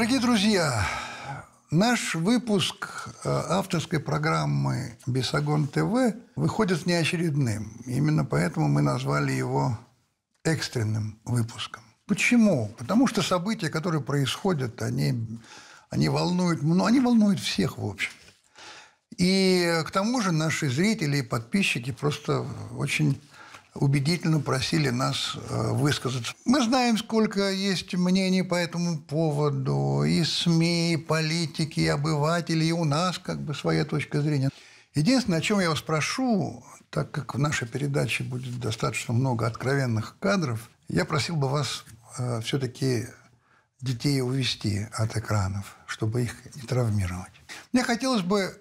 Дорогие друзья, наш выпуск авторской программы «Бесогон ТВ» выходит неочередным. Именно поэтому мы назвали его экстренным выпуском. Почему? Потому что события, которые происходят, они волнуют всех, в общем. И к тому же наши зрители и подписчики просто очень убедительно просили нас высказаться. Мы знаем, сколько есть мнений по этому поводу. И СМИ, и политики, и обыватели, и у нас как бы своя точка зрения. Единственное, о чем я вас прошу, так как в нашей передаче будет достаточно много откровенных кадров, я просил бы вас все-таки детей увести от экранов, чтобы их не травмировать. Мне хотелось бы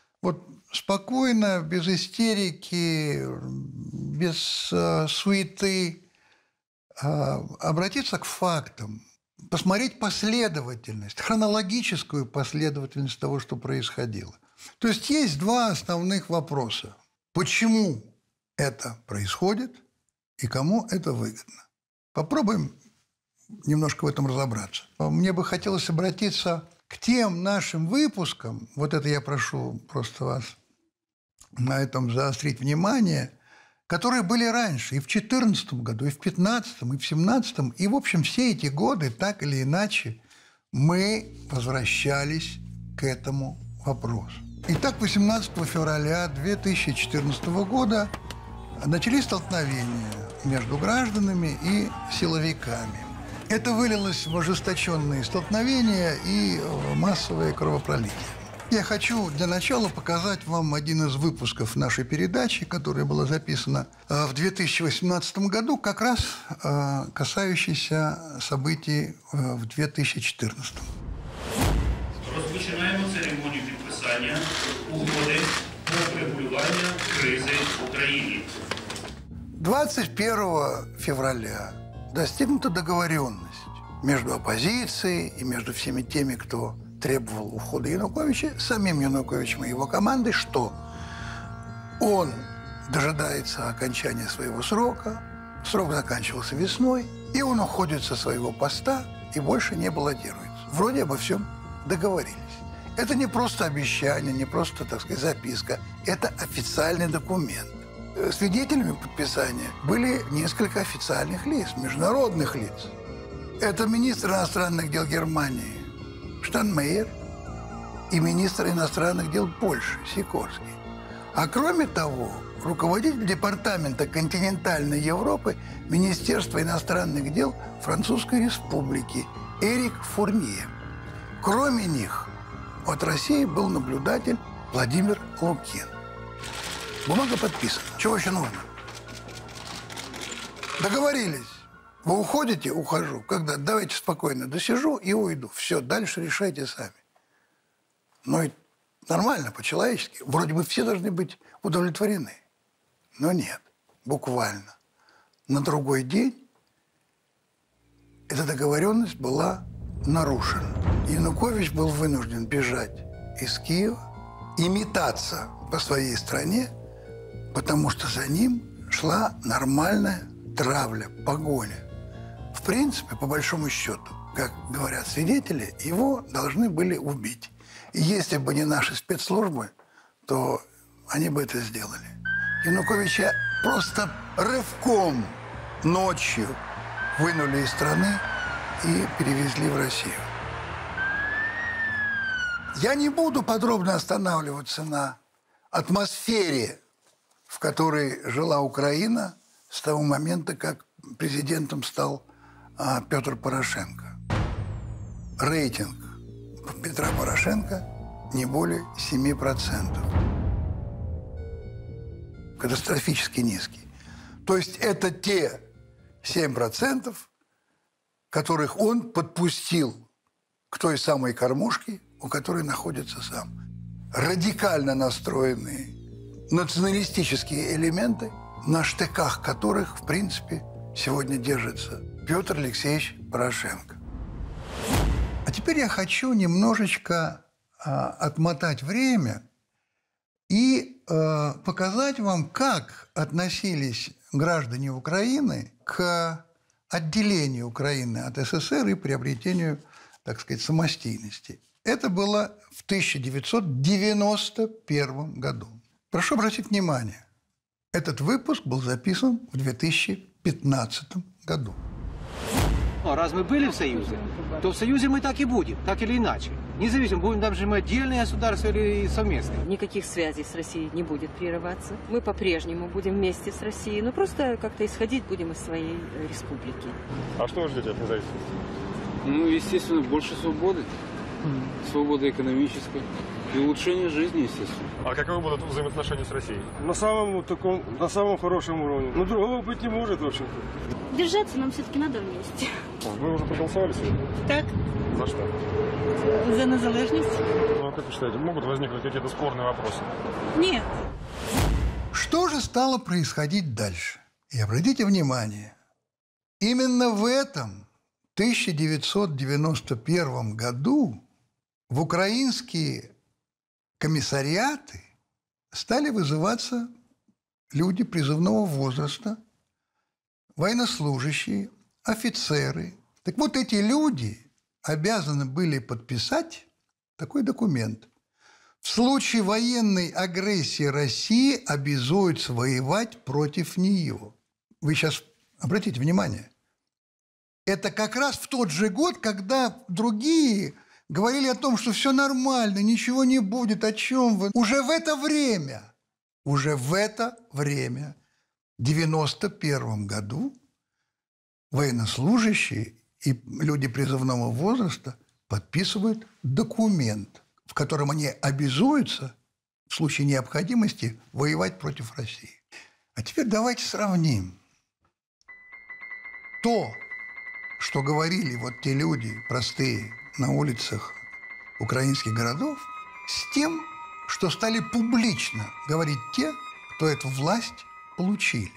спокойно, без истерики, без суеты обратиться к фактам, посмотреть последовательность, хронологическую последовательность того, что происходило. То есть два основных вопроса. Почему это происходит и кому это выгодно? Попробуем немножко в этом разобраться. Мне бы хотелось обратиться к тем нашим выпускам, это я прошу просто вас на этом заострить внимание, которые были раньше, и в 2014 году, и в 2015, и в 2017, и, в общем, все эти годы, так или иначе, мы возвращались к этому вопросу. Итак, 18 февраля 2014 года начались столкновения между гражданами и силовиками. Это вылилось в ожесточенные столкновения и массовое кровопролитие. Я хочу для начала показать вам один из выпусков нашей передачи, которая была записана в 2018 году, как раз касающийся событий в 2014. Розпочинаємо церемонію підписання угоди про врегулювання кризи в Україні. 21 февраля достигнута договоренность между оппозицией и между всеми теми, кто требовал ухода Януковича, самим Януковичем и его командой, что он дожидается окончания своего срока, срок заканчивался весной, и он уходит со своего поста и больше не баллотируется. Вроде обо всем договорились. Это не просто обещание, не просто, записка, это официальный документ. Свидетелями подписания были несколько официальных лиц, международных лиц. Это министр иностранных дел Германии Штайнмайер и министр иностранных дел Польши Сикорский. А кроме того, руководитель департамента континентальной Европы Министерства иностранных дел Французской Республики Эрик Фурнье. Кроме них от России был наблюдатель Владимир Лукин. Бумага подписана. Чего еще нужно? Договорились. Вы уходите? Ухожу. Когда? Давайте спокойно досижу и уйду. Все, дальше решайте сами. Но и нормально, по-человечески. Вроде бы все должны быть удовлетворены. Но нет. Буквально. На другой день эта договоренность была нарушена. Янукович был вынужден бежать из Киева и метаться по своей стране, потому что за ним шла нормальная травля, погоня. В принципе, по большому счету, как говорят свидетели, его должны были убить. И если бы не наши спецслужбы, то они бы это сделали. Януковича просто рывком ночью вынули из страны и перевезли в Россию. Я не буду подробно останавливаться на атмосфере, в которой жила Украина с того момента, как президентом стал Петр Порошенко. Рейтинг Петра Порошенко не более 7%. Катастрофически низкий. То есть это те 7%, которых он подпустил к той самой кормушке, у которой находится сам. Радикально настроенные националистические элементы, на штыках которых, в принципе, сегодня держится Петр Алексеевич Порошенко. А теперь я хочу немножечко отмотать время и показать вам, как относились граждане Украины к отделению Украины от СССР и приобретению так сказать, самостийности. Это было в 1991 году. Прошу обратить внимание, этот выпуск был записан в 2015 году. Раз мы были в Союзе, то в Союзе мы так и будем, так или иначе. Независимо, будем даже мы отдельное государство или совместное. Никаких связей с Россией не будет прерываться. Мы по-прежнему будем вместе с Россией, но просто как-то исходить будем из своей республики. А что вы ждете от независимости? Ну, естественно, больше свободы. Свобода экономическая и улучшение жизни, естественно. А каковы будут взаимоотношения с Россией? На самом хорошем уровне. Ну, другого быть не может, в общем-то. Держаться нам все-таки надо вместе. Вы уже проголосовали сегодня? Так. За что? За незалежность. Ну, а как вы считаете, могут возникнуть какие-то спорные вопросы? Нет. Что же стало происходить дальше? И обратите внимание, именно в этом 1991 году в украинские комиссариаты стали вызываться люди призывного возраста, военнослужащие, офицеры. Так вот, эти люди обязаны были подписать такой документ. В случае военной агрессии России обязуются воевать против нее. Вы сейчас обратите внимание. Это как раз в тот же год, когда другие говорили о том, что все нормально, ничего не будет, о чем вы. Уже в это время, в 1991 году, военнослужащие и люди призывного возраста подписывают документ, в котором они обязуются в случае необходимости воевать против России. А теперь давайте сравним то, что говорили вот те люди простые на улицах украинских городов, с тем, что стали публично говорить те, кто эту власть получили.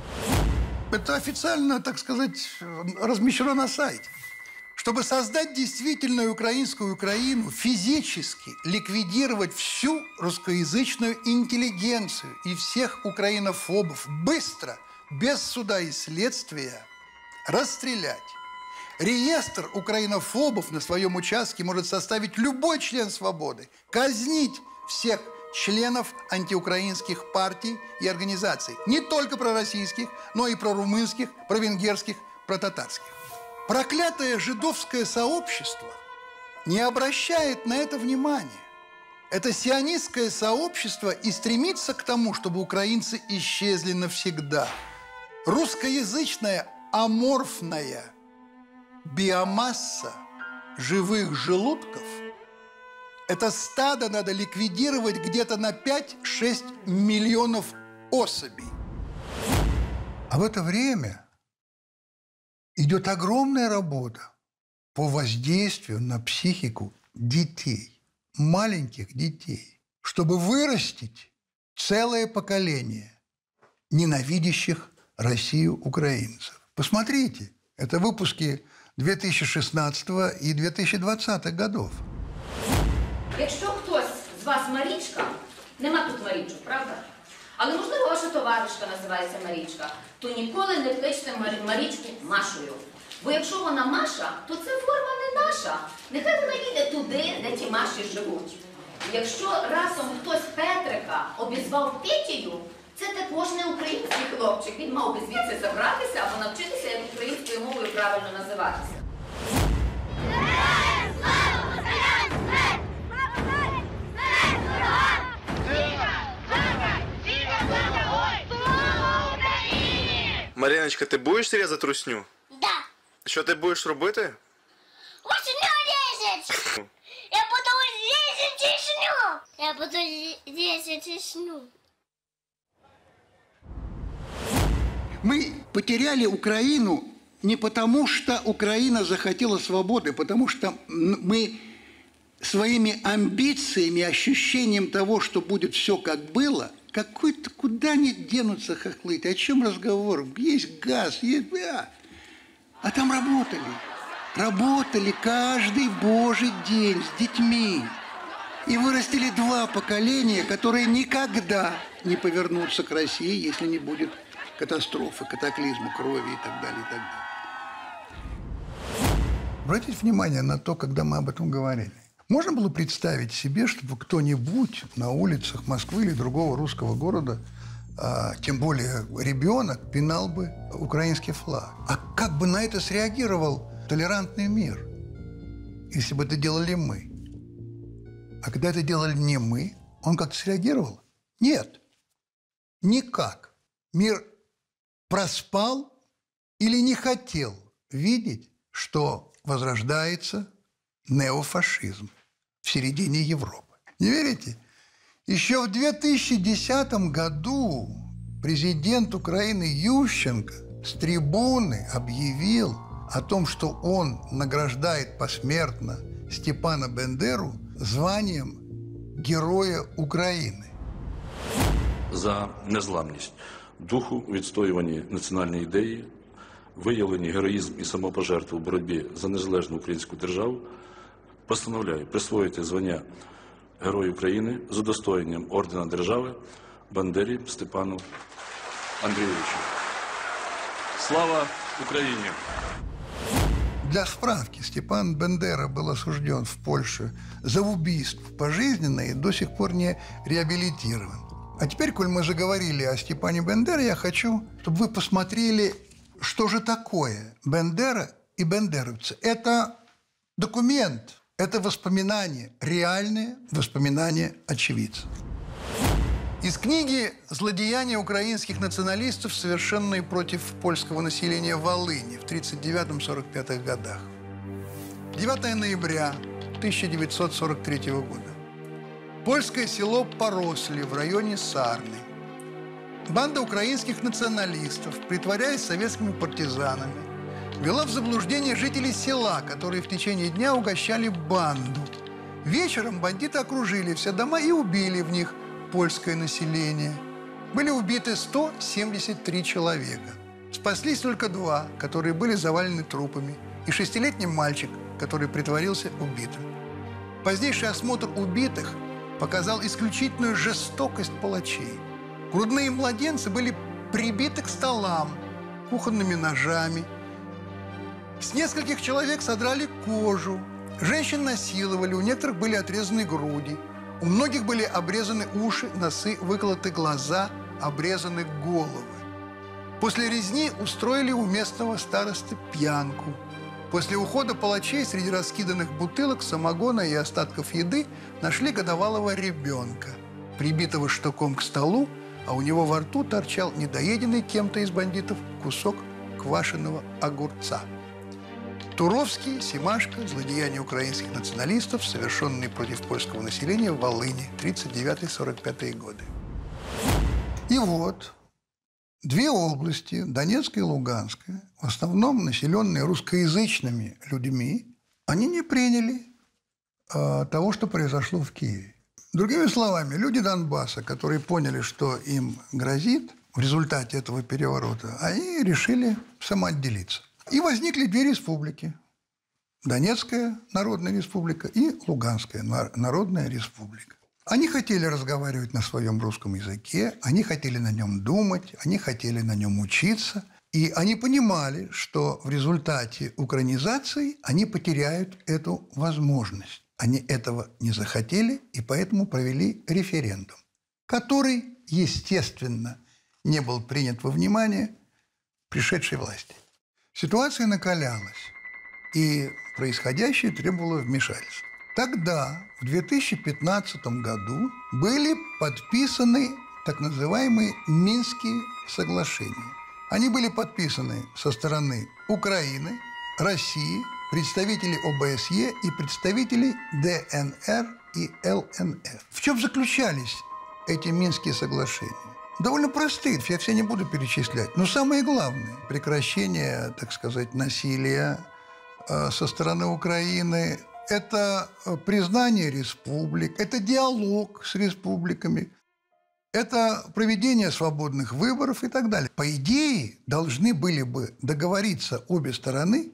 Это официально, так сказать, размещено на сайте. Чтобы создать действительную украинскую Украину, физически ликвидировать всю русскоязычную интеллигенцию и всех украинофобов быстро, без суда и следствия, расстрелять. Реестр украинофобов на своем участке может составить любой член «Свободы», казнить всех членов антиукраинских партий и организаций, не только пророссийских, но и прорумынских, провенгерских, протатарских. Проклятое жидовское сообщество не обращает на это внимания. Это сионистское сообщество и стремится к тому, чтобы украинцы исчезли навсегда. Русскоязычная аморфная биомасса живых желудков – это стадо надо ликвидировать где-то на 5-6 миллионов особей. А в это время идет огромная работа по воздействию на психику детей, маленьких детей, чтобы вырастить целое поколение ненавидящих Россию украинцев. Посмотрите, это выпуски 2016 и 2020 годов. Якщо хтось з вас Марічка, нема тут Марічок, правда? Але, можливо, ваша товаришка називається Марічка, то ніколи не кличте Марічку Машою. Бо якщо вона Маша, то це форма не наша. Нехай вона їде туди, де ті Маші живуть. Якщо разом хтось Петрика обізвав Петєю, це також не український хлопчик. Він мав би звідси забратися або навчитися, як українською мовою правильно називатися. Мариночка, ти будеш різати русню? Да. Що ти будеш робити? Русню різати! Я буду різати русню! Я буду різати русню. Мы потеряли Украину не потому, что Украина захотела свободы, потому что мы своими амбициями, ощущением того, что будет все как было, какой-то куда не денутся хохлы. О чем разговор? Есть газ, есть... А там работали. Работали каждый божий день с детьми. И вырастили два поколения, которые никогда не повернутся к России, если не будет катастрофы, катаклизма, крови и так далее, и так далее. Обратите внимание на то, когда мы об этом говорили. Можно было представить себе, чтобы кто-нибудь на улицах Москвы или другого русского города, тем более ребенок, пинал бы украинский флаг? А как бы на это среагировал толерантный мир, если бы это делали мы? А когда это делали не мы, он как-то среагировал? Нет, никак. Мир проспал или не хотел видеть, что возрождается неофашизм в середине Европы. Не верите? Еще в 2010 году президент Украины Ющенко с трибуны объявил о том, что он награждает посмертно Степана Бендеру званием Героя України. За незламність духу, відстоюванні національної ідеї, виявлені героїзм і самопожертву в боротьбі за незалежну українську державу, постановляю присвоїти звання Герой України з удостоєнням ордена держави Бандері Степану Андрійовичу. Слава Україні! Для справки, Степан Бендера был осужден в Польше за убийство пожизненно и до сих пор не реабилитирован. А теперь, коль мы заговорили о Степане Бендере, я хочу, чтобы вы посмотрели, что же такое Бендера и бендеровцы. Это документ, это воспоминания, реальные воспоминания очевидцев. Из книги «Злодеяния украинских националистов, совершенные против польского населения Волыни» в 1939-1945 годах. 9 ноября 1943 года. Польское село Поросли в районе Сарны. Банда украинских националистов, притворяясь советскими партизанами, ввела в заблуждение жителей села, которые в течение дня угощали банду. Вечером бандиты окружили все дома и убили в них польское население. Были убиты 173 человека. Спаслись только 2, которые были завалены трупами, и 6-летний мальчик, который притворился убитым. Позднейший осмотр убитых показал исключительную жестокость палачей. Грудные младенцы были прибиты к столам кухонными ножами. С нескольких человек содрали кожу. Женщин насиловали, у некоторых были отрезаны груди. У многих были обрезаны уши, носы, выколоты глаза, обрезаны головы. После резни устроили у местного старосты пьянку. После ухода палачей среди раскиданных бутылок, самогона и остатков еды нашли годовалого ребенка, прибитого штыком к столу, а у него во рту торчал недоеденный кем-то из бандитов кусок квашеного огурца. Туровский, Семашко, злодеяния украинских националистов, совершенные против польского населения в Волыни, 1939-1945 годы. И вот 2 области, Донецкая и Луганская, в основном населенные русскоязычными людьми, они не приняли того, что произошло в Киеве. Другими словами, люди Донбасса, которые поняли, что им грозит в результате этого переворота, они решили самоотделиться. И возникли 2 республики. Донецкая Народная Республика и Луганская Народная Республика. Они хотели разговаривать на своем русском языке, они хотели на нем думать, они хотели на нем учиться. И они понимали, что в результате украинизации они потеряют эту возможность. Они этого не захотели и поэтому провели референдум, который, естественно, не был принят во внимание пришедшей власти. Ситуация накалялась, и происходящее требовало вмешательства. Тогда, в 2015 году, были подписаны так называемые Минские соглашения. Они были подписаны со стороны Украины, России, представителей ОБСЕ и представителей ДНР и ЛНР. В чем заключались эти Минские соглашения? Довольно простые, я все не буду перечислять. Но самое главное – прекращение, так сказать, насилия со стороны Украины, это признание республик, это диалог с республиками, это проведение свободных выборов и так далее. По идее, должны были бы договориться обе стороны,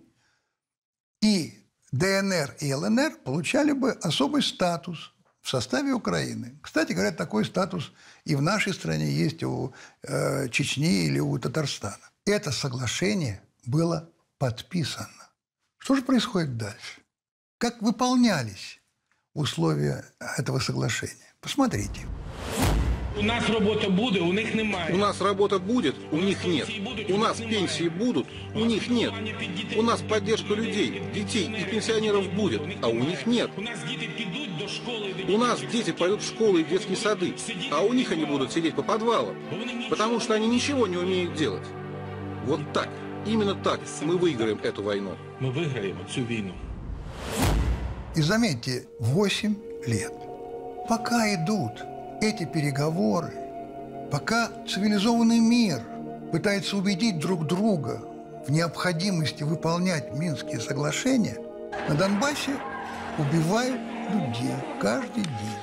и ДНР и ЛНР получали бы особый статус в составе Украины. Кстати говоря, такой статус и в нашей стране есть у Чечни или у Татарстана. Это соглашение было подписано. Что же происходит дальше? Как выполнялись условия этого соглашения? Посмотрите. У нас работа буде, у них немає. У нас работа будет, у них нет. У нас пенсии будут, у них нет. У нас поддержка людей, детей и пенсионеров будет, а у них нет. У нас дети пойдут в школы и детские сады, а у них они будут сидеть по подвалам, потому что они ничего не умеют делать. Вот так, именно так мы выиграем эту войну. Мы выиграем эту войну. И заметьте, 8 лет. Пока идут эти переговоры, пока цивилизованный мир пытается убедить друг друга в необходимости выполнять Минские соглашения, на Донбассе убивают людей каждый день.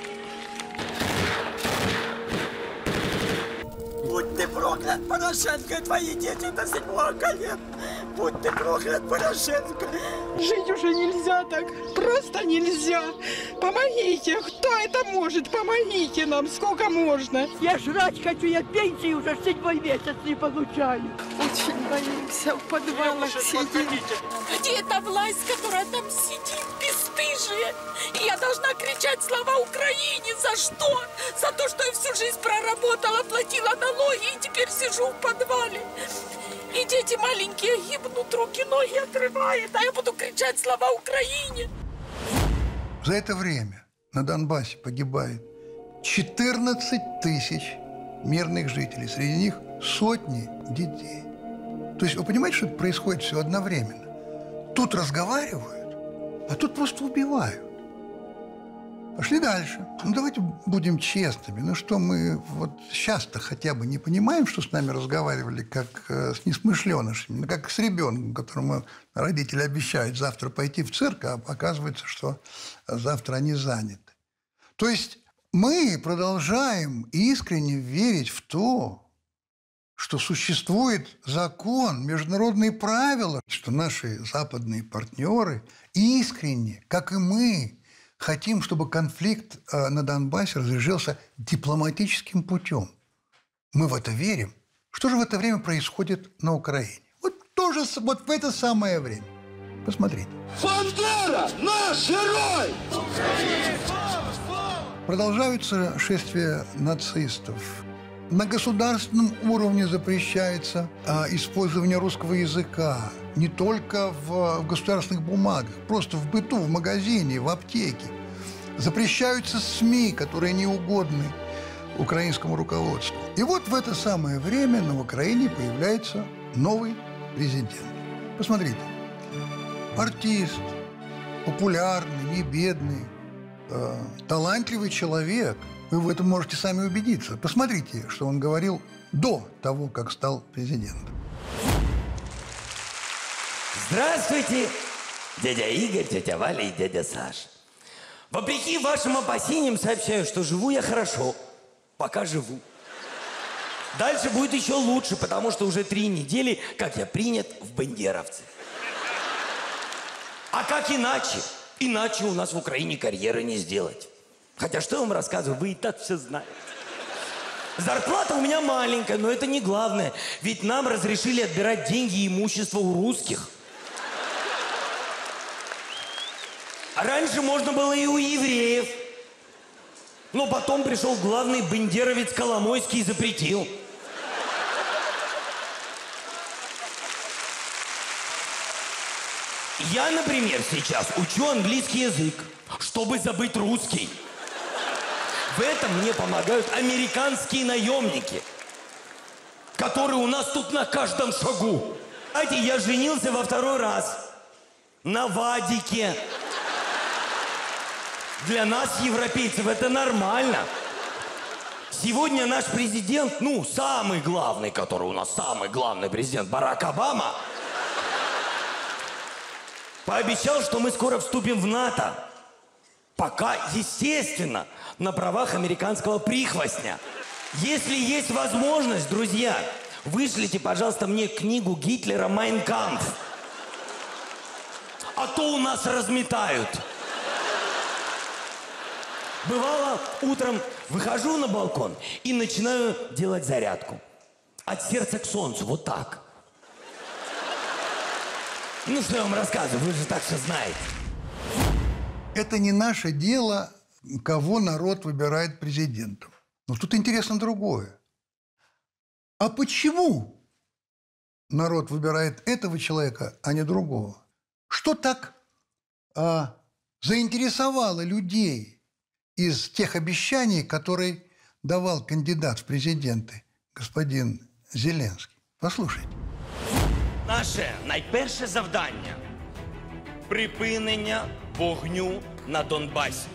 Будь ты проклят, Порошенко, твои дети до 7-го колена. Будь ты проклят, Порошенко. Жить уже нельзя так, просто нельзя. Помогите, кто это может, помогите нам, сколько можно. Я жрать хочу, я пенсии уже 7-й месяц не получаю. Очень боимся, в подвалах сидим. Где эта власть, которая там сидит, бесстыжие? И я должна кричать слава Украине. За что? За то, что я всю жизнь проработала, платила налоги и теперь сижу в подвале. И дети маленькие гибнут, руки, ноги отрывает, а я буду кричать слава Украине. За это время на Донбассе погибает 14 тысяч мирных жителей. Среди них сотни детей. То есть вы понимаете, что это происходит все одновременно? Тут разговаривают, а тут просто убивают. Пошли дальше. Ну, давайте будем честными. Ну, что мы вот сейчас-то хотя бы не понимаем, что с нами разговаривали как с несмышленышами, ну, как с ребенком, которому родители обещают завтра пойти в цирк, а оказывается, что завтра они заняты. То есть мы продолжаем искренне верить в то, что существует закон, международные правила, что наши западные партнеры искренне, как и мы, хотим, чтобы конфликт на Донбассе разрешился дипломатическим путем. Мы в это верим. Что же в это время происходит на Украине? Вот тоже вот в это самое время. Посмотрите. Бандера, наш герой! Продолжаются шествия нацистов. На государственном уровне запрещается использование русского языка. Не только в государственных бумагах, просто в быту, в магазине, в аптеке. Запрещаются СМИ, которые не угодны украинскому руководству. И вот в это самое время на Украине появляется новый президент. Посмотрите. Артист, популярный, не бедный, талантливый человек. Вы в этом можете сами убедиться. Посмотрите, что он говорил до того, как стал президентом. Здравствуйте, дядя Игорь, тетя Валя и дядя Саша. Вопреки вашим опасениям сообщаю, что живу я хорошо, пока живу. Дальше будет еще лучше, потому что уже 3 недели, как я принят в бандеровцы. А как иначе? Иначе у нас в Украине карьеры не сделать. Хотя что я вам рассказываю, вы и так все знаете. Зарплата у меня маленькая, но это не главное. Ведь нам разрешили отбирать деньги и имущество у русских. А раньше можно было и у евреев. Но потом пришел главный бандеровец Коломойский и запретил. Я, например, сейчас учу английский язык, чтобы забыть русский. В этом мне помогают американские наемники, которые у нас тут на каждом шагу. Знаете, я женился во 2-й раз на Вадике. Для нас, европейцев, это нормально. Сегодня наш президент, ну, самый главный, который у нас, самый главный президент, Барак Обама, пообещал, что мы скоро вступим в НАТО. Пока, естественно, на правах американского прихвостня. Если есть возможность, друзья, вышлите, пожалуйста, мне книгу Гитлера «Майн кампф». А то у нас разметают. Бывало, утром выхожу на балкон и начинаю делать зарядку. От сердца к солнцу, вот так. Ну, что я вам рассказываю, вы же так все знаете. Это не наше дело, кого народ выбирает президентом. Но тут интересно другое. А почему народ выбирает этого человека, а не другого? Что так заинтересовало людей из тех обещаний, которые давал кандидат в президенты господин Зеленский? Послушайте. Наше найперше завдання – припинення вогню на Донбасі.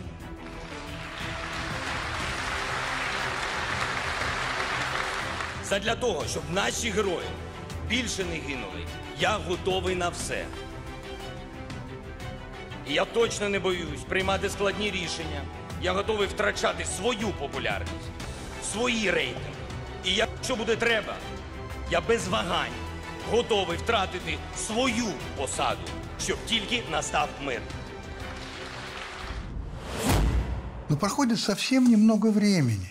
Задля того, щоб наші герої більше не гинули, я готовий на все. І я точно не боюсь приймати складні рішення. Я готовий втрачати свою популярність, свої рейтинги. І якщо буде треба, я без вагань готовий втратити свою посаду, щоб тільки настав мир. Но проходит совсем немного времени.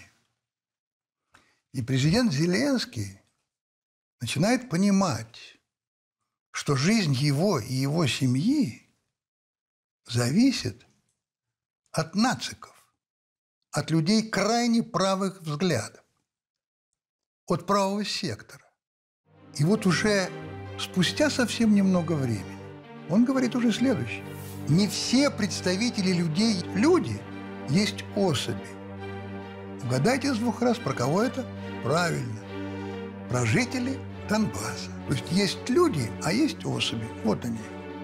И президент Зеленский начинает понимать, что жизнь его и его семьи зависит от нациков, от людей крайне правых взглядов, от правого сектора. И вот уже спустя совсем немного времени он говорит уже следующее. Не все представители людей люди есть особи. Угадайте с 2 раз, про кого это? Правильно. Про жителей Донбасса. То есть люди, а есть особи. Вот они.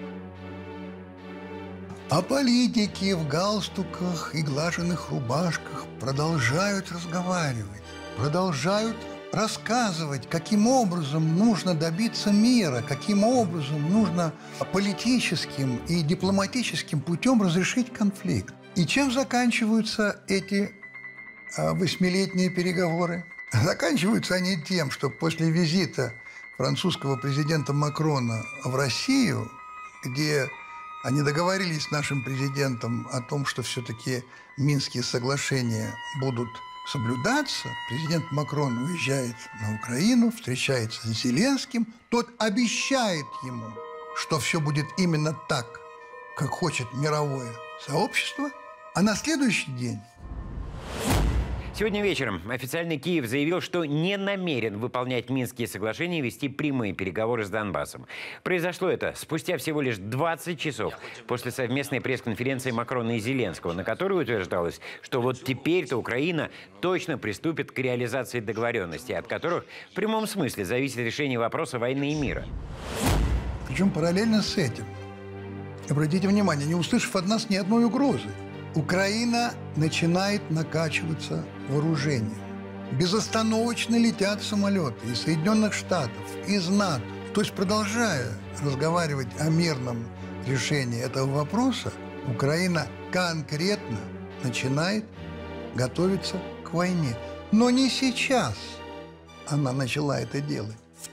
А политики в галстуках и глаженных рубашках продолжают разговаривать, продолжают рассказывать, каким образом нужно добиться мира, каким образом нужно политическим и дипломатическим путем разрешить конфликт. И чем заканчиваются эти 8-летние переговоры? Заканчиваются они тем, что после визита французского президента Макрона в Россию, где они договорились с нашим президентом о том, что все-таки Минские соглашения будут соблюдаться, президент Макрон уезжает на Украину, встречается с Зеленским, тот обещает ему, что все будет именно так, как хочет мировое сообщество, а на следующий день... Сегодня вечером официальный Киев заявил, что не намерен выполнять Минские соглашения и вести прямые переговоры с Донбассом. Произошло это спустя всего лишь 20 часов после совместной пресс-конференции Макрона и Зеленского, на которой утверждалось, что вот теперь-то Украина точно приступит к реализации договоренностей, от которых в прямом смысле зависит решение вопроса войны и мира. Причем параллельно с этим, обратите внимание, не услышав от нас ни одной угрозы, Украина начинает накачиваться вооружением. Безостановочно летят самолеты из Соединенных Штатов, из НАТО. То есть, продолжая разговаривать о мирном решении этого вопроса, Украина конкретно начинает готовиться к войне. Но не сейчас она начала это делать. В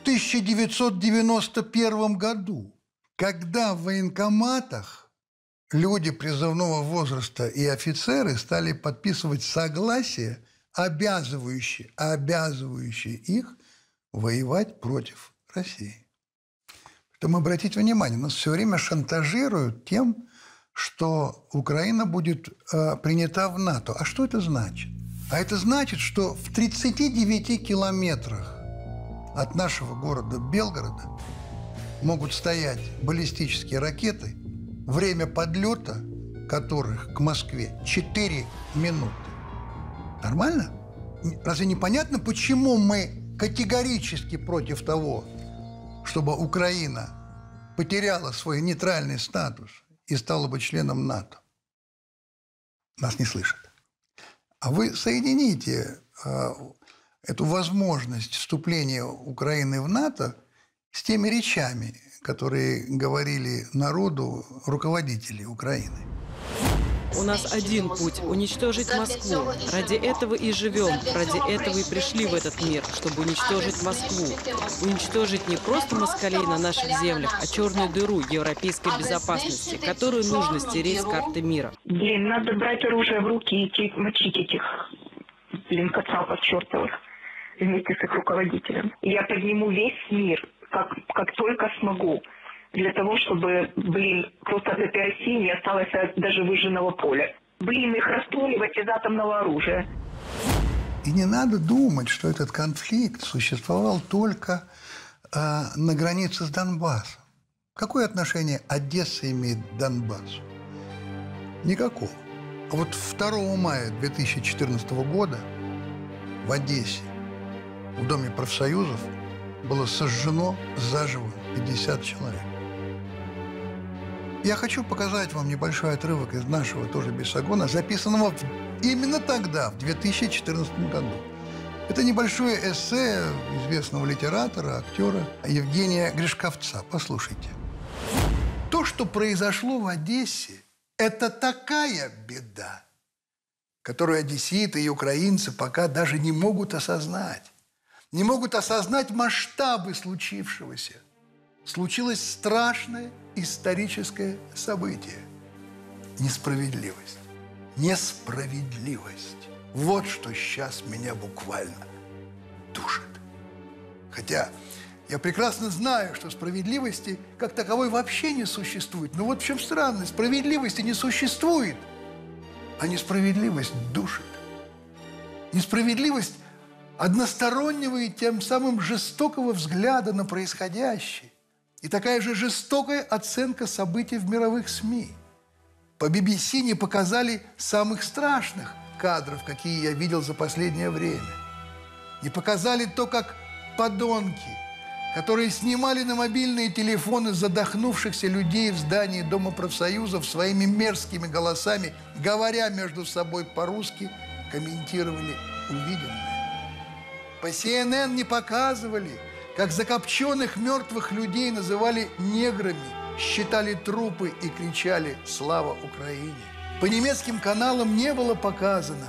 1991 году, когда в военкоматах люди призывного возраста и офицеры стали подписывать согласия, обязывающие их воевать против России. Поэтому обратите внимание, нас все время шантажируют тем, что Украина будет принята в НАТО. А что это значит? А это значит, что в 39 километрах от нашего города Белгорода могут стоять баллистические ракеты, время подлета которых к Москве 4 минуты. Нормально? Разве не понятно, почему мы категорически против того, чтобы Украина потеряла свой нейтральный статус и стала бы членом НАТО? Нас не слышат. А вы соедините эту возможность вступления Украины в НАТО с теми речами, которые говорили народу руководители Украины. У нас один путь – уничтожить Москву. Ради этого и живем, ради этого и пришли в этот мир, чтобы уничтожить Москву. Уничтожить не просто москалей на наших землях, а черную дыру европейской безопасности, которую нужно стереть с карты мира. Блин, надо брать оружие в руки и идти мочить этих, кацапов чертовых вместе с их руководителем. Я подниму весь мир, как только смогу. для того, чтобы, просто от этой России не осталось даже выжженного поля. Их расстреливать из атомного оружия. И не надо думать, что этот конфликт существовал только на границе с Донбассом. Какое отношение Одесса имеет к Донбассу? Никакого. А вот 2 мая 2014 года в Одессе в Доме профсоюзов было сожжено заживо 50 человек. Я хочу показать вам небольшой отрывок из нашего тоже бесогона, записанного именно тогда, в 2014 году. Это небольшое эссе известного литератора, актера Евгения Гришковца. Послушайте. То, что произошло в Одессе, это такая беда, которую одесситы и украинцы пока даже не могут осознать. Не могут осознать масштабы случившегося. Случилось страшное историческое событие. Несправедливость. Несправедливость. Вот что сейчас меня буквально душит. Хотя я прекрасно знаю, что справедливости как таковой вообще не существует. Но вот в чем странность. Справедливости не существует, а несправедливость душит. Несправедливость одностороннего и тем самым жестокого взгляда на происходящее. И такая же жестокая оценка событий в мировых СМИ. По BBC не показали самых страшных кадров, какие я видел за последнее время. Не показали то, как подонки, которые снимали на мобильные телефоны задохнувшихся людей в здании Дома профсоюзов, своими мерзкими голосами, говоря между собой по-русски, комментировали увиденное. По CNN не показывали, как закопченных мертвых людей называли неграми, считали трупы и кричали «Слава Украине!». По немецким каналам не было показано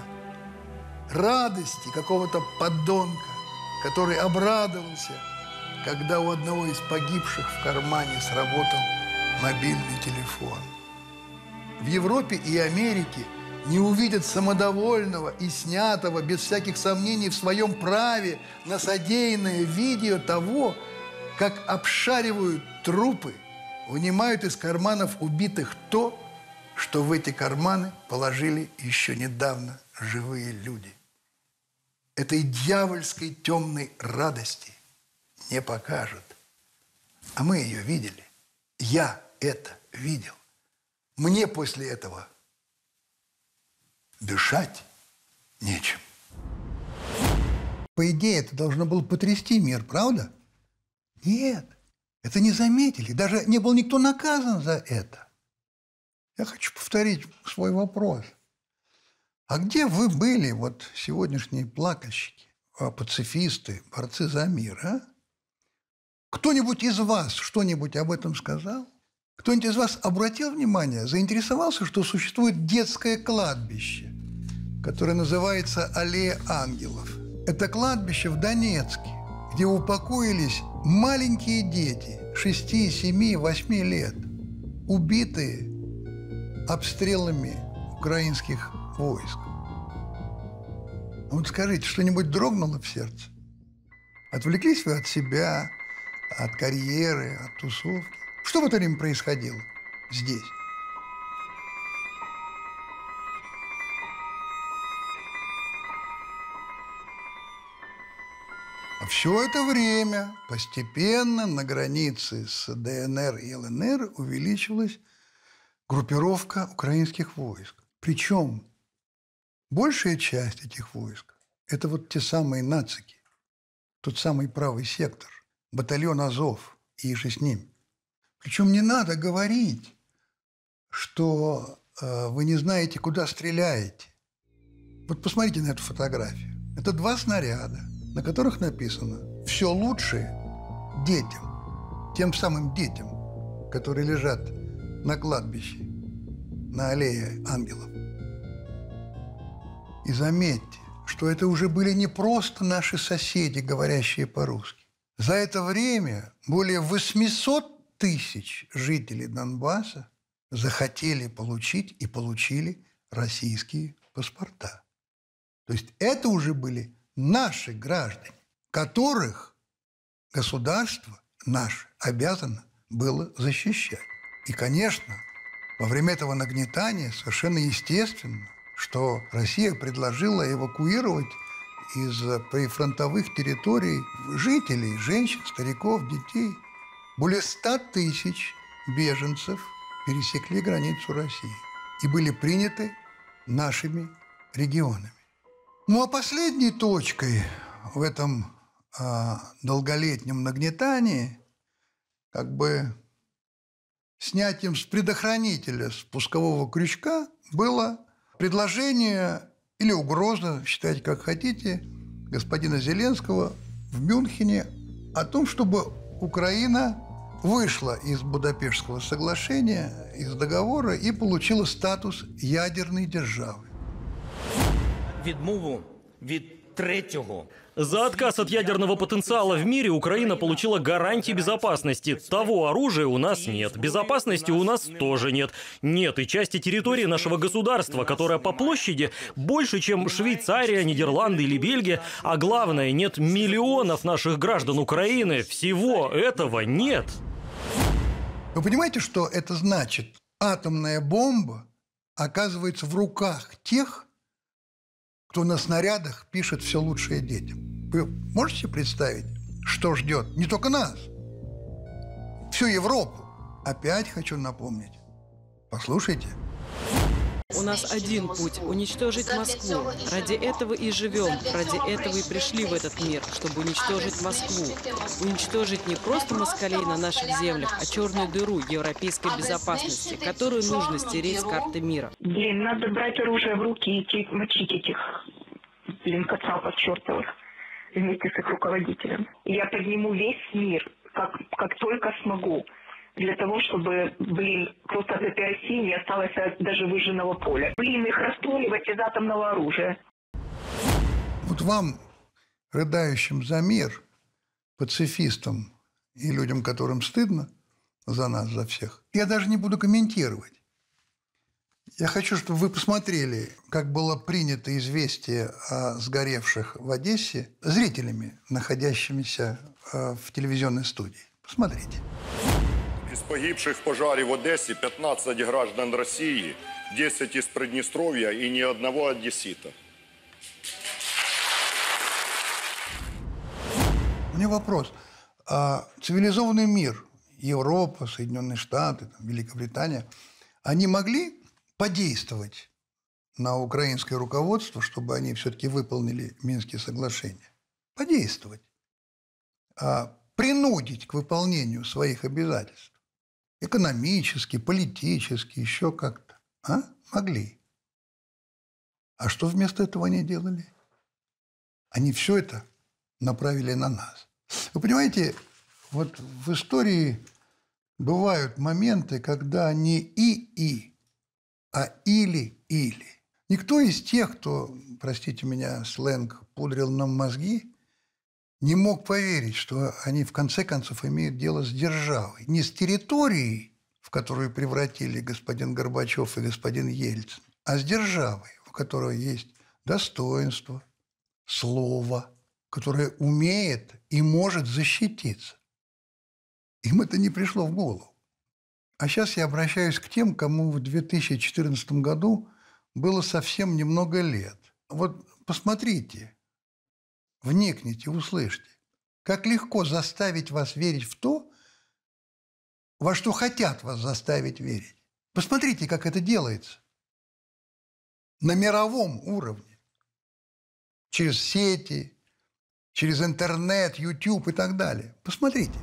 радости какого-то подонка, который обрадовался, когда у одного из погибших в кармане сработал мобильный телефон. В Европе и Америке не увидят самодовольного и снятого, без всяких сомнений, в своем праве на содеянное видео того, как обшаривают трупы, вынимают из карманов убитых то, что в эти карманы положили еще недавно живые люди. Этой дьявольской темной радости не покажут. А мы ее видели. Я это видел. Мне после этого дышать нечем. По идее, это должно было потрясти мир, правда? Нет, это не заметили. Даже не был никто наказан за это. Я хочу повторить свой вопрос. А где вы были, вот сегодняшние плакальщики, пацифисты, борцы за мир, а? Кто-нибудь из вас что-нибудь об этом сказал? Кто-нибудь из вас обратил внимание, заинтересовался, что существует детское кладбище, которое называется Аллея ангелов? Это кладбище в Донецке, где упокоились маленькие дети 6, 7, 8 лет, убитые обстрелами украинских войск. Вот скажите, что-нибудь дрогнуло в сердце? Отвлеклись вы от себя, от карьеры, от тусовки? Что в это время происходило здесь? А все это время постепенно на границе с ДНР и ЛНР увеличилась группировка украинских войск. Причем большая часть этих войск – это вот те самые нацики, тот самый правый сектор, батальон Азов и же с ним. Причем не надо говорить, что вы не знаете, куда стреляете. Вот посмотрите на эту фотографию. Это 2 снаряда, на которых написано «Все лучшее детям», тем самым детям, которые лежат на кладбище, на аллее ангелов. И заметьте, что это уже были не просто наши соседи, говорящие по-русски. За это время более 800 тысяч жителей Донбасса захотели получить и получили российские паспорта. То есть это уже были наши граждане, которых государство наше обязано было защищать. И, конечно, во время этого нагнетания совершенно естественно, что Россия предложила эвакуировать из прифронтовых территорий жителей, женщин, стариков, детей. Более 100 тысяч беженцев пересекли границу России и были приняты нашими регионами. Ну а последней точкой в этом долголетнем нагнетании, как бы снятием с предохранителя спускового крючка, было предложение или угроза, считайте как хотите, господина Зеленского в Мюнхене о том, чтобы Украина вышла из Будапештского соглашения, из договора и получила статус ядерной державы. Відмову від третього. За отказ от ядерного потенциала в мире Украина получила гарантии безопасности. Того оружия у нас нет. Безопасности у нас тоже нет. Нет и части территории нашего государства, которая по площади больше, чем Швейцария, Нидерланды или Бельгия. А главное, нет миллионов наших граждан Украины. Всего этого нет. Вы понимаете, что это значит? Атомная бомба оказывается в руках тех, кто на снарядах пишет все лучшее детям. Вы можете представить, что ждет не только нас, всю Европу? Опять хочу напомнить. Послушайте. У нас один путь – уничтожить Москву. Ради этого и живем, ради этого и пришли в этот мир, чтобы уничтожить Москву. Уничтожить не просто москалей на наших землях, а черную дыру европейской безопасности, которую нужно стереть с карты мира. Блин, надо брать оружие в руки и идти мочить этих, кацапов чертовых вместе с их руководителем. Я подниму весь мир, как только смогу. Для того, чтобы, просто от этой России не осталось даже выжженного поля. Их расстреливать из атомного оружия. Вот вам, рыдающим за мир, пацифистам и людям, которым стыдно за нас, за всех, я даже не буду комментировать. Я хочу, чтобы вы посмотрели, как было принято известие о сгоревших в Одессе зрителями, находящимися в телевизионной студии. Посмотрите. Із погибших в пожарі в Одесі 15 граждан Росії, 10 із Придністров'я і ні одного одесита. У меня вопрос. Цивилизованный мир, Европа, Соединенные Штаты, Великобритания, они могли подействовать на украинское руководство, чтобы они все-таки выполнили Минские соглашения? Подействовать. Принудить к выполнению своих обязательств. Экономически, политически, еще как-то. Могли. А что вместо этого они делали? Они все это направили на нас. Вы понимаете, вот в истории бывают моменты, когда не и, а или. Никто из тех, кто, простите меня, сленг, пудрил нам мозги, не мог поверить, что они в конце концов имеют дело с державой. Не с территорией, в которую превратили господин Горбачев и господин Ельцин, а с державой, в которой есть достоинство, слово, которое умеет и может защититься. Им это не пришло в голову. А сейчас я обращаюсь к тем, кому в 2014 году было совсем немного лет. Вот посмотрите, вникните, услышьте, как легко заставить вас верить в то, во что хотят вас заставить верить. Посмотрите, как это делается. На мировом уровне. Через сети, через интернет, YouTube и так далее. Посмотрите.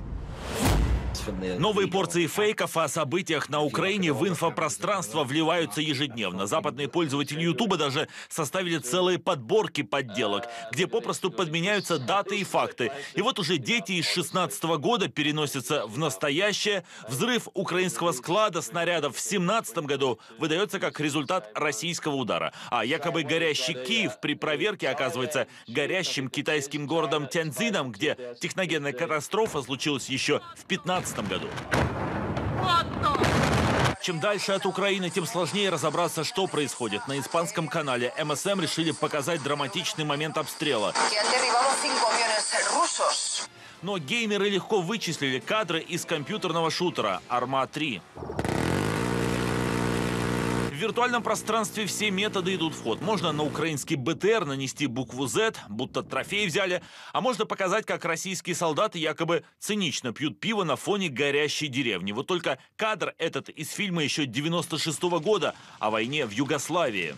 Новые порции фейков о событиях на Украине в инфопространство вливаются ежедневно. Западные пользователи Ютуба даже составили целые подборки подделок, где попросту подменяются даты и факты. И вот уже дети из 2016 года переносятся в настоящее. Взрыв украинского склада снарядов в 2017 году выдается как результат российского удара. А якобы горящий Киев при проверке оказывается горящим китайским городом Тяньцзином, где техногенная катастрофа случилась еще в 2015 году. Чем дальше от Украины, тем сложнее разобраться, что происходит. На испанском канале МСМ решили показать драматичный момент обстрела. Но геймеры легко вычислили кадры из компьютерного шутера «Арма 3». В виртуальном пространстве все методы идут в ход. Можно на украинский БТР нанести букву «Z», будто трофей взяли, а можно показать, как российские солдаты якобы цинично пьют пиво на фоне горящей деревни. Вот только кадр этот из фильма еще 96-го года о войне в Югославии.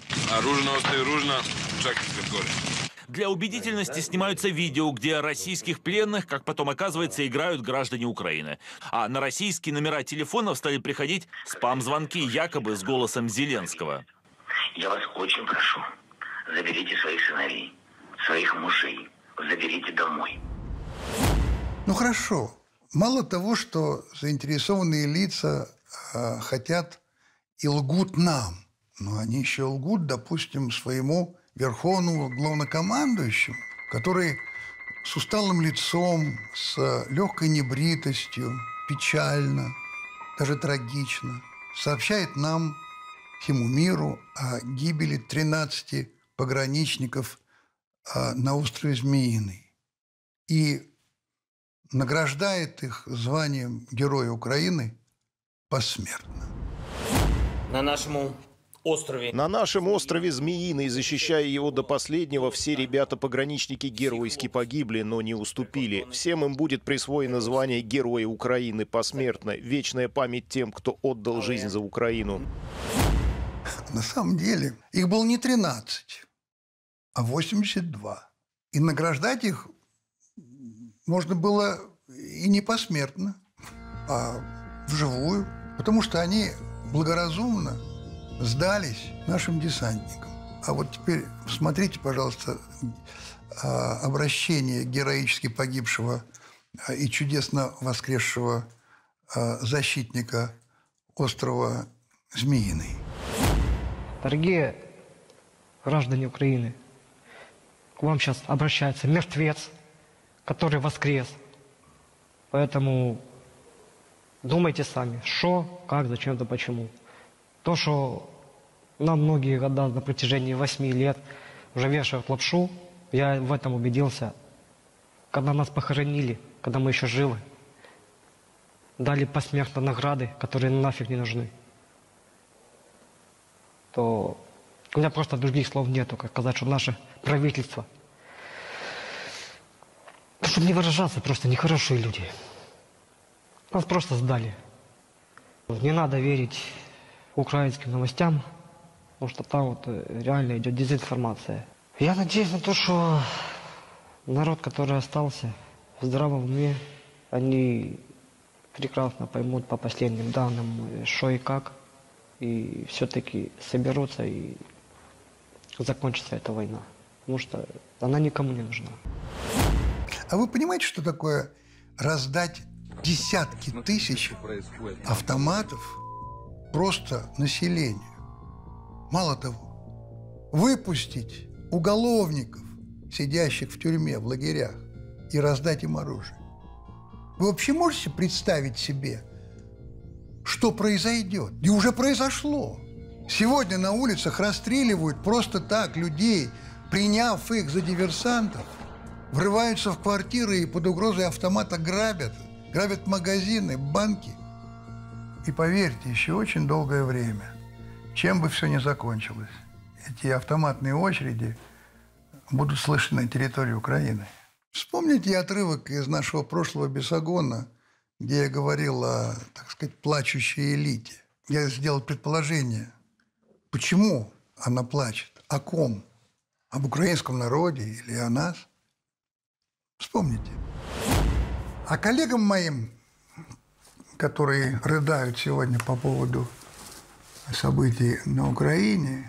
Для убедительности снимаются видео, где российских пленных, как потом оказывается, играют граждане Украины. А на российские номера телефонов стали приходить спам-звонки, якобы с голосом Зеленского. Я вас очень прошу, заберите своих сыновей, своих мужей, заберите домой. Ну хорошо. Мало того, что заинтересованные лица хотят и лгут нам, но они еще лгут, допустим, своему верховному главнокомандующему, который с усталым лицом, с легкой небритостью, печально, даже трагично сообщает нам, всему миру, о гибели 13 пограничников на острове Змеиный и награждает их званием Героя Украины посмертно. На нашем острове Змеиный, защищая его до последнего, все ребята-пограничники героически погибли, но не уступили. Всем им будет присвоено звание Героя Украины посмертно. Вечная память тем, кто отдал жизнь за Украину. На самом деле их было не 13, а 82. И награждать их можно было и не посмертно, а вживую, потому что они благоразумно сдались нашим десантникам. А вот теперь смотрите, пожалуйста, обращение героически погибшего и чудесно воскресшего защитника острова Змеиный. Дорогие граждане Украины, к вам сейчас обращается мертвец, который воскрес. Поэтому думайте сами, что, как, зачем, да почему. То, что нам многие года на протяжении 8 лет уже вешают лапшу, я в этом убедился, когда нас похоронили, когда мы еще живы. Дали посмертно награды, которые нафиг не нужны. То у меня просто других слов нету, как сказать, что наше правительство, чтобы не выражаться, просто нехорошие люди. Нас просто сдали. Не надо верить украинским новостям, потому что там вот реально идет дезинформация. Я надеюсь на то, что народ, который остался в здравом уме, они прекрасно поймут по последним данным, что и как, и все-таки соберутся и закончится эта война, потому что она никому не нужна. А вы понимаете, что такое раздать десятки тысяч автоматов просто населению? Мало того, выпустить уголовников, сидящих в тюрьме, в лагерях, и раздать им оружие. Вы вообще можете представить себе, что произойдет? И уже произошло. Сегодня на улицах расстреливают просто так людей, приняв их за диверсантов, врываются в квартиры и под угрозой автомата грабят магазины, банки. И поверьте, еще очень долгое время, чем бы все ни закончилось, эти автоматные очереди будут слышны на территории Украины. Вспомните отрывок из нашего прошлого Бесогона, где я говорил о, так сказать, плачущей элите. Я сделал предположение, почему она плачет, о ком, об украинском народе или о нас. Вспомните. А коллегам моим, которые рыдают сегодня по поводу событий на Украине,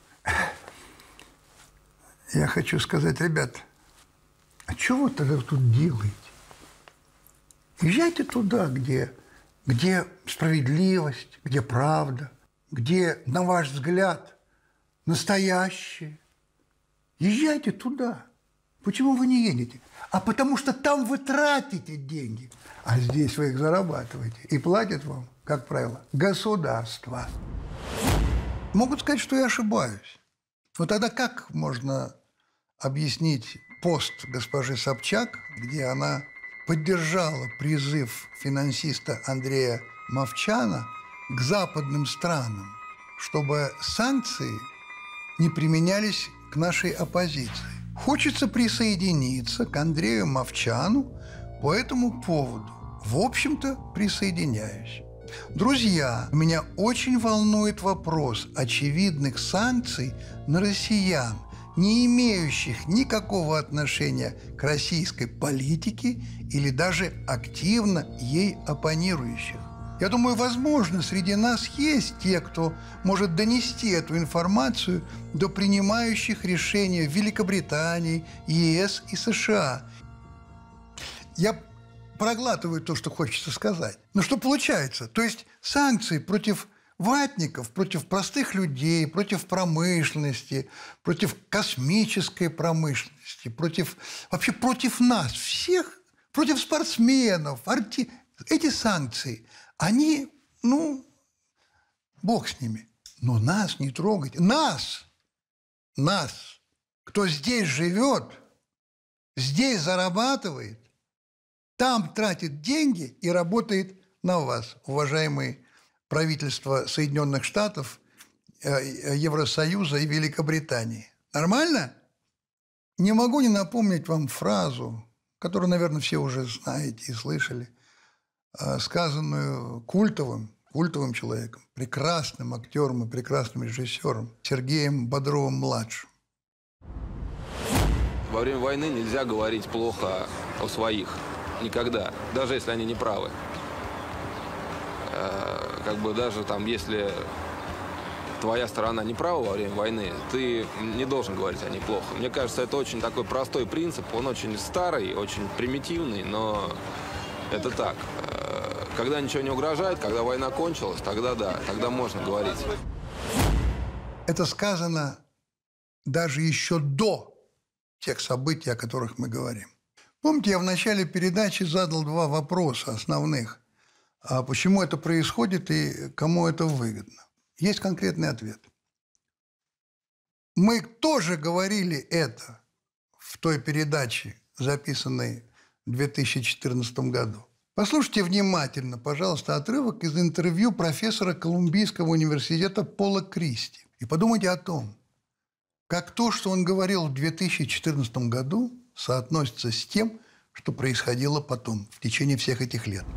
я хочу сказать, ребят, а что вы тогда тут делаете? Езжайте туда, где справедливость, где правда, где, на ваш взгляд, настоящее. Езжайте туда. Почему вы не едете? А потому что там вы тратите деньги, а здесь вы их зарабатываете. И платит вам, как правило, государство. Могут сказать, что я ошибаюсь. Вот тогда как можно объяснить пост госпожи Собчак, где она поддержала призыв финансиста Андрея Мовчана к западным странам, чтобы санкции не применялись к нашей оппозиции. Хочется присоединиться к Андрею Мовчану по этому поводу. В общем-то, присоединяюсь. Друзья, меня очень волнует вопрос очевидных санкций на россиян, не имеющих никакого отношения к российской политике или даже активно ей оппонирующих. Я думаю, возможно, среди нас есть те, кто может донести эту информацию до принимающих решения в Великобритании, ЕС и США. Я проглатываю то, что хочется сказать. Но что получается? То есть санкции против ватников, против простых людей, против промышленности, против космической промышленности, вообще против нас всех, против спортсменов, эти санкции, они, бог с ними. Но нас не трогайте. Нас, кто здесь живет, здесь зарабатывает, там тратит деньги и работает на вас, уважаемые правительства Соединенных Штатов, Евросоюза и Великобритании. Нормально? Не могу не напомнить вам фразу, которую, наверное, все уже знаете и слышали, сказанную культовым человеком, прекрасным актером и прекрасным режиссером Сергеем Бодровым-младшим. Во время войны нельзя говорить плохо о своих. Никогда. Даже если они не правы. Даже там, если твоя сторона не права во время войны, ты не должен говорить о ней плохо. Мне кажется, это очень такой простой принцип. Он очень старый, очень примитивный, но это так. Когда ничего не угрожает, когда война кончилась, тогда да, тогда можно говорить. Это сказано даже еще до тех событий, о которых мы говорим. Помните, я в начале передачи задал два вопроса основных. А почему это происходит и кому это выгодно? Есть конкретный ответ. Мы тоже говорили это в той передаче, записанной в 2014 году. Послушайте внимательно, пожалуйста, отрывок из интервью профессора Колумбийского университета Пола Кристи. И подумайте о том, как то, что он говорил в 2014 году, соотносится с тем, что происходило потом, в течение всех этих лет.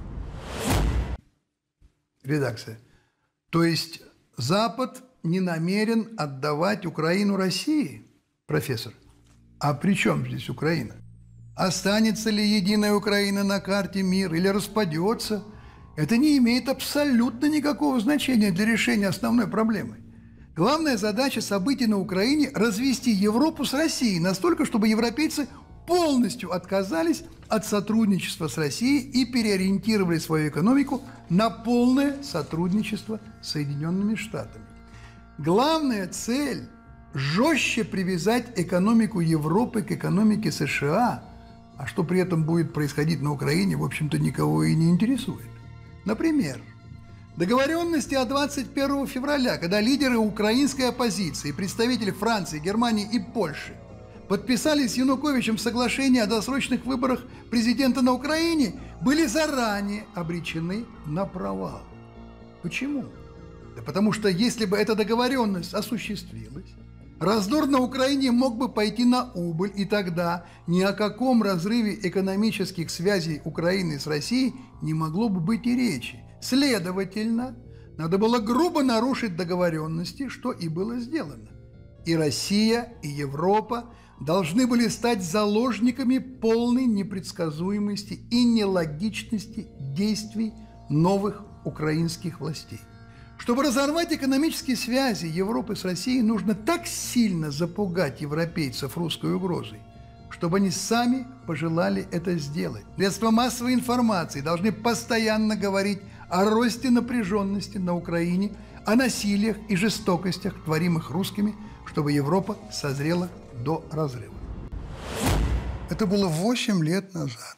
Редакция. То есть Запад не намерен отдавать Украину России, профессор? А при чем здесь Украина? Останется ли единая Украина на карте мира или распадется? Это не имеет абсолютно никакого значения для решения основной проблемы. Главная задача событий на Украине – развести Европу с Россией настолько, чтобы европейцы полностью отказались от сотрудничества с Россией и переориентировали свою экономику на полное сотрудничество с Соединенными Штатами. Главная цель – жестче привязать экономику Европы к экономике США, а что при этом будет происходить на Украине, в общем-то, никого и не интересует. Например, договоренности от 21 февраля, когда лидеры украинской оппозиции, представители Франции, Германии и Польши подписали с Януковичем соглашение о досрочных выборах президента на Украине, были заранее обречены на провал. Почему? Да потому что если бы эта договоренность осуществилась, раздор на Украине мог бы пойти на убыль, и тогда ни о каком разрыве экономических связей Украины с Россией не могло бы быть и речи. Следовательно, надо было грубо нарушить договоренности, что и было сделано. И Россия, и Европа должны были стать заложниками полной непредсказуемости и нелогичности действий новых украинских властей. Чтобы разорвать экономические связи Европы с Россией, нужно так сильно запугать европейцев русской угрозой, чтобы они сами пожелали это сделать. Средства массовой информации должны постоянно говорить о росте напряженности на Украине, о насилиях и жестокостях, творимых русскими, чтобы Европа созрела до разрыва. Это было 8 лет назад.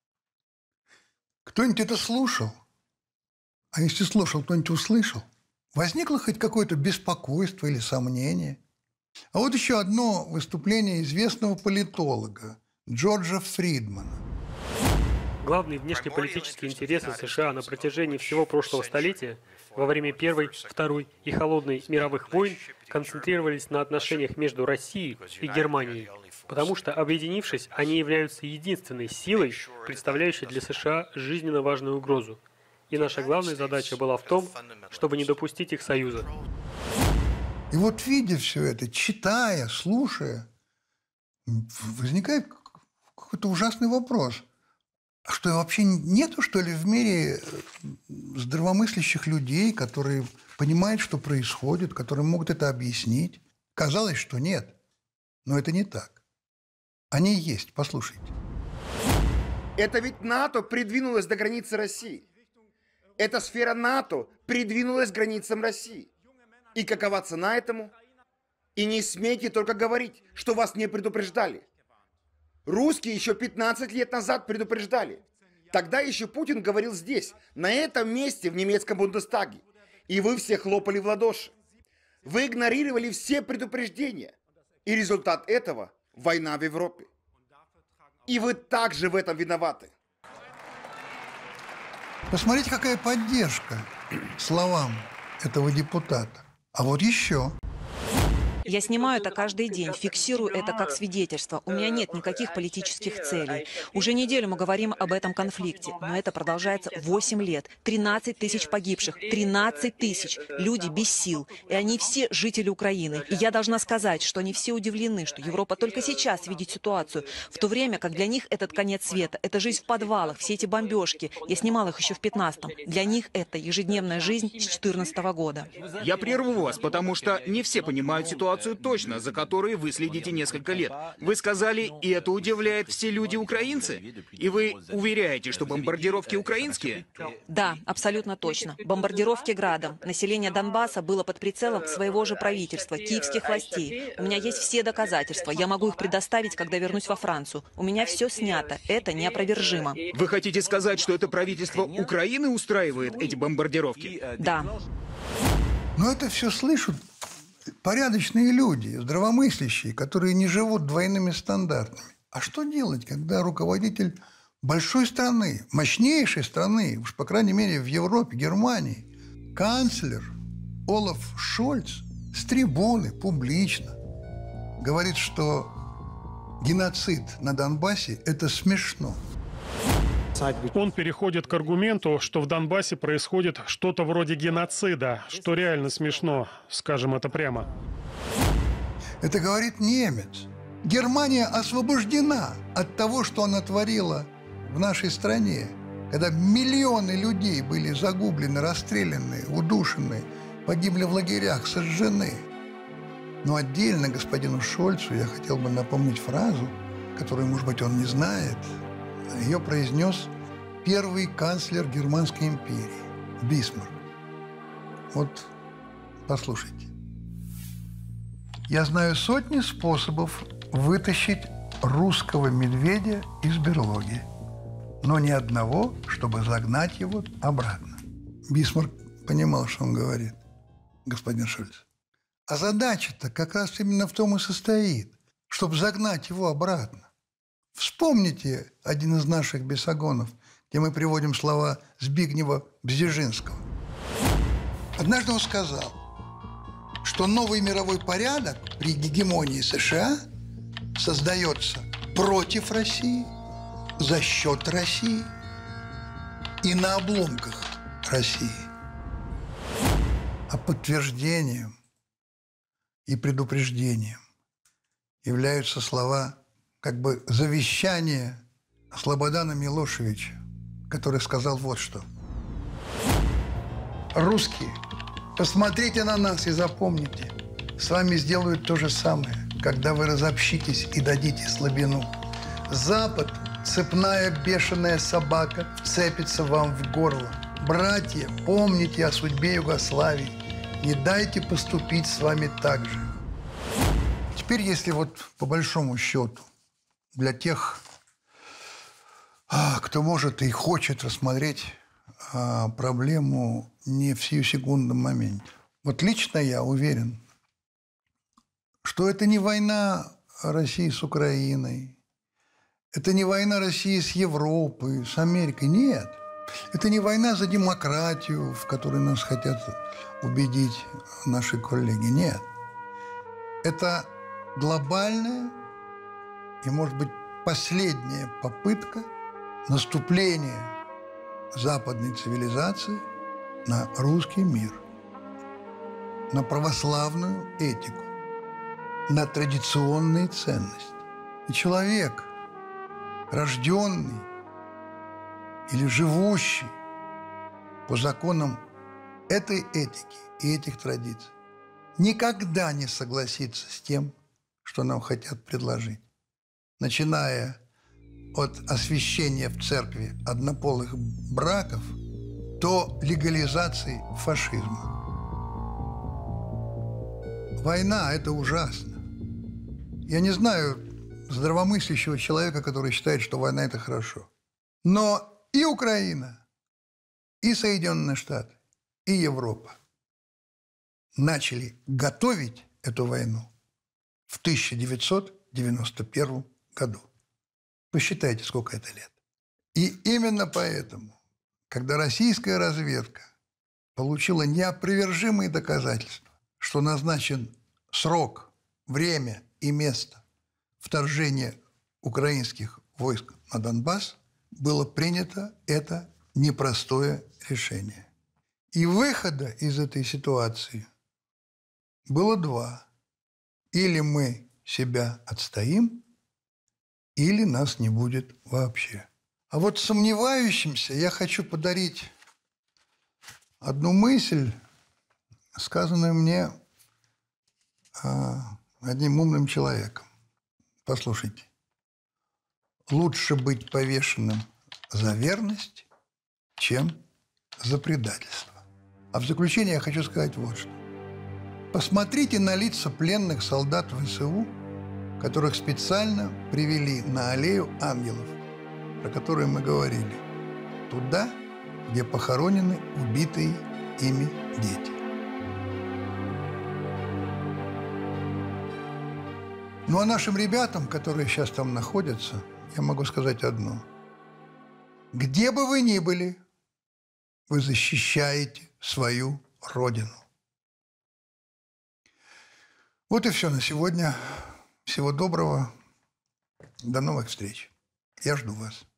Кто-нибудь это слушал? А если слушал, кто-нибудь услышал? Возникло хоть какое-то беспокойство или сомнение? А вот еще одно выступление известного политолога Джорджа Фридмана. Главные внешнеполитические интересы США на протяжении всего прошлого столетия во время Первой, Второй и Холодной мировых войн концентрировались на отношениях между Россией и Германией, потому что, объединившись, они являются единственной силой, представляющей для США жизненно важную угрозу. И наша главная задача была в том, чтобы не допустить их союза. И вот видя все это, читая, слушая, возникает какой-то ужасный вопрос. А что, вообще нету, что ли, в мире здравомыслящих людей, которые понимают, что происходит, которые могут это объяснить? Казалось, что нет. Но это не так. Они есть, послушайте. Это ведь НАТО придвинулось до границы России. Эта сфера НАТО придвинулась к границам России. И какова цена этому? И не смейте только говорить, что вас не предупреждали. Русские еще 15 лет назад предупреждали. Тогда еще Путин говорил здесь, на этом месте, в немецком Бундестаге. И вы все хлопали в ладоши. Вы игнорировали все предупреждения. И результат этого – война в Европе. И вы также в этом виноваты. Посмотрите, какая поддержка словам этого депутата. А вот еще. Я снимаю это каждый день, фиксирую это как свидетельство. У меня нет никаких политических целей. Уже неделю мы говорим об этом конфликте, но это продолжается 8 лет. 13 тысяч погибших, 13 тысяч. Люди без сил. И они все жители Украины. И я должна сказать, что они все удивлены, что Европа только сейчас видит ситуацию, в то время как для них этот конец света, это жизнь в подвалах, все эти бомбежки. Я снимала их еще в 15-м. Для них это ежедневная жизнь с 14 года. Я прерву вас, потому что не все понимают ситуацию точно, за которой вы следите несколько лет. Вы сказали, и это удивляет все люди-украинцы? И вы уверяете, что бомбардировки украинские? Да, абсолютно точно. Бомбардировки градом. Население Донбасса было под прицелом своего же правительства, киевских властей. У меня есть все доказательства. Я могу их предоставить, когда вернусь во Францию. У меня все снято. Это неопровержимо. Вы хотите сказать, что это правительство Украины устраивает эти бомбардировки? Да. Но это все слышат порядочные люди, здравомыслящие, которые не живут двойными стандартами. А что делать, когда руководитель большой страны, мощнейшей страны, уж по крайней мере в Европе, Германии, канцлер Олаф Шольц с трибуны публично говорит, что геноцид на Донбассе – это смешно. Он переходит к аргументу, что в Донбассе происходит что-то вроде геноцида, что реально смешно, скажем это прямо. Это говорит немец. Германия освобождена от того, что она творила в нашей стране, когда миллионы людей были загублены, расстреляны, удушены, погибли в лагерях, сожжены. Но отдельно господину Шольцу я хотел бы напомнить фразу, которую, может быть, он не знает. Ее произнес первый канцлер Германской империи Бисмарк. Вот послушайте. Я знаю сотни способов вытащить русского медведя из берлоги, но ни одного, чтобы загнать его обратно. Бисмарк понимал, что он говорит, господин Шольц. А задача-то как раз именно в том и состоит, чтобы загнать его обратно. Вспомните один из наших бесогонов, где мы приводим слова Збигнева Бзежинского. Однажды он сказал, что новый мировой порядок при гегемонии США создается против России, за счет России и на обломках России. А подтверждением и предупреждением являются слова как бы завещание Слободана Милошевича, который сказал вот что. Русские, посмотрите на нас и запомните, с вами сделают то же самое, когда вы разобщитесь и дадите слабину. Запад, цепная бешеная собака, вцепится вам в горло. Братья, помните о судьбе Югославии, не дайте поступить с вами так же. Теперь, если вот по большому счету, для тех, кто может и хочет рассмотреть проблему не в сиюсекундном моменте. Вот лично я уверен, что это не война России с Украиной, Это не война России с Европой, с Америкой. Нет. Это не война за демократию, в которой нас хотят убедить наши коллеги. Нет. Это глобальная и, может быть, последняя попытка наступления западной цивилизации на русский мир, на православную этику, на традиционные ценности. И человек, рожденный или живущий по законам этой этики и этих традиций, никогда не согласится с тем, что нам хотят предложить. Начиная от освящения в церкви однополых браков до легализации фашизма. Война – это ужасно. Я не знаю здравомыслящего человека, который считает, что война – это хорошо. Но и Украина, и Соединенные Штаты, и Европа начали готовить эту войну в 1991 году. Посчитайте, сколько это лет. И именно поэтому, когда российская разведка получила неопровержимые доказательства, что назначен срок, время и место вторжения украинских войск на Донбасс, было принято это непростое решение. И выхода из этой ситуации было два. Или мы себя отстоим, или нас не будет вообще. А вот сомневающимся я хочу подарить одну мысль, сказанную мне одним умным человеком. Послушайте. Лучше быть повешенным за верность, чем за предательство. А в заключение я хочу сказать вот что. Посмотрите на лица пленных солдат ВСУ, которых специально привели на аллею ангелов, про которую мы говорили, туда, где похоронены убитые ими дети. Ну а нашим ребятам, которые сейчас там находятся, я могу сказать одно. Где бы вы ни были, вы защищаете свою родину. Вот и все на сегодня. Всего доброго. До новых встреч. Я жду вас.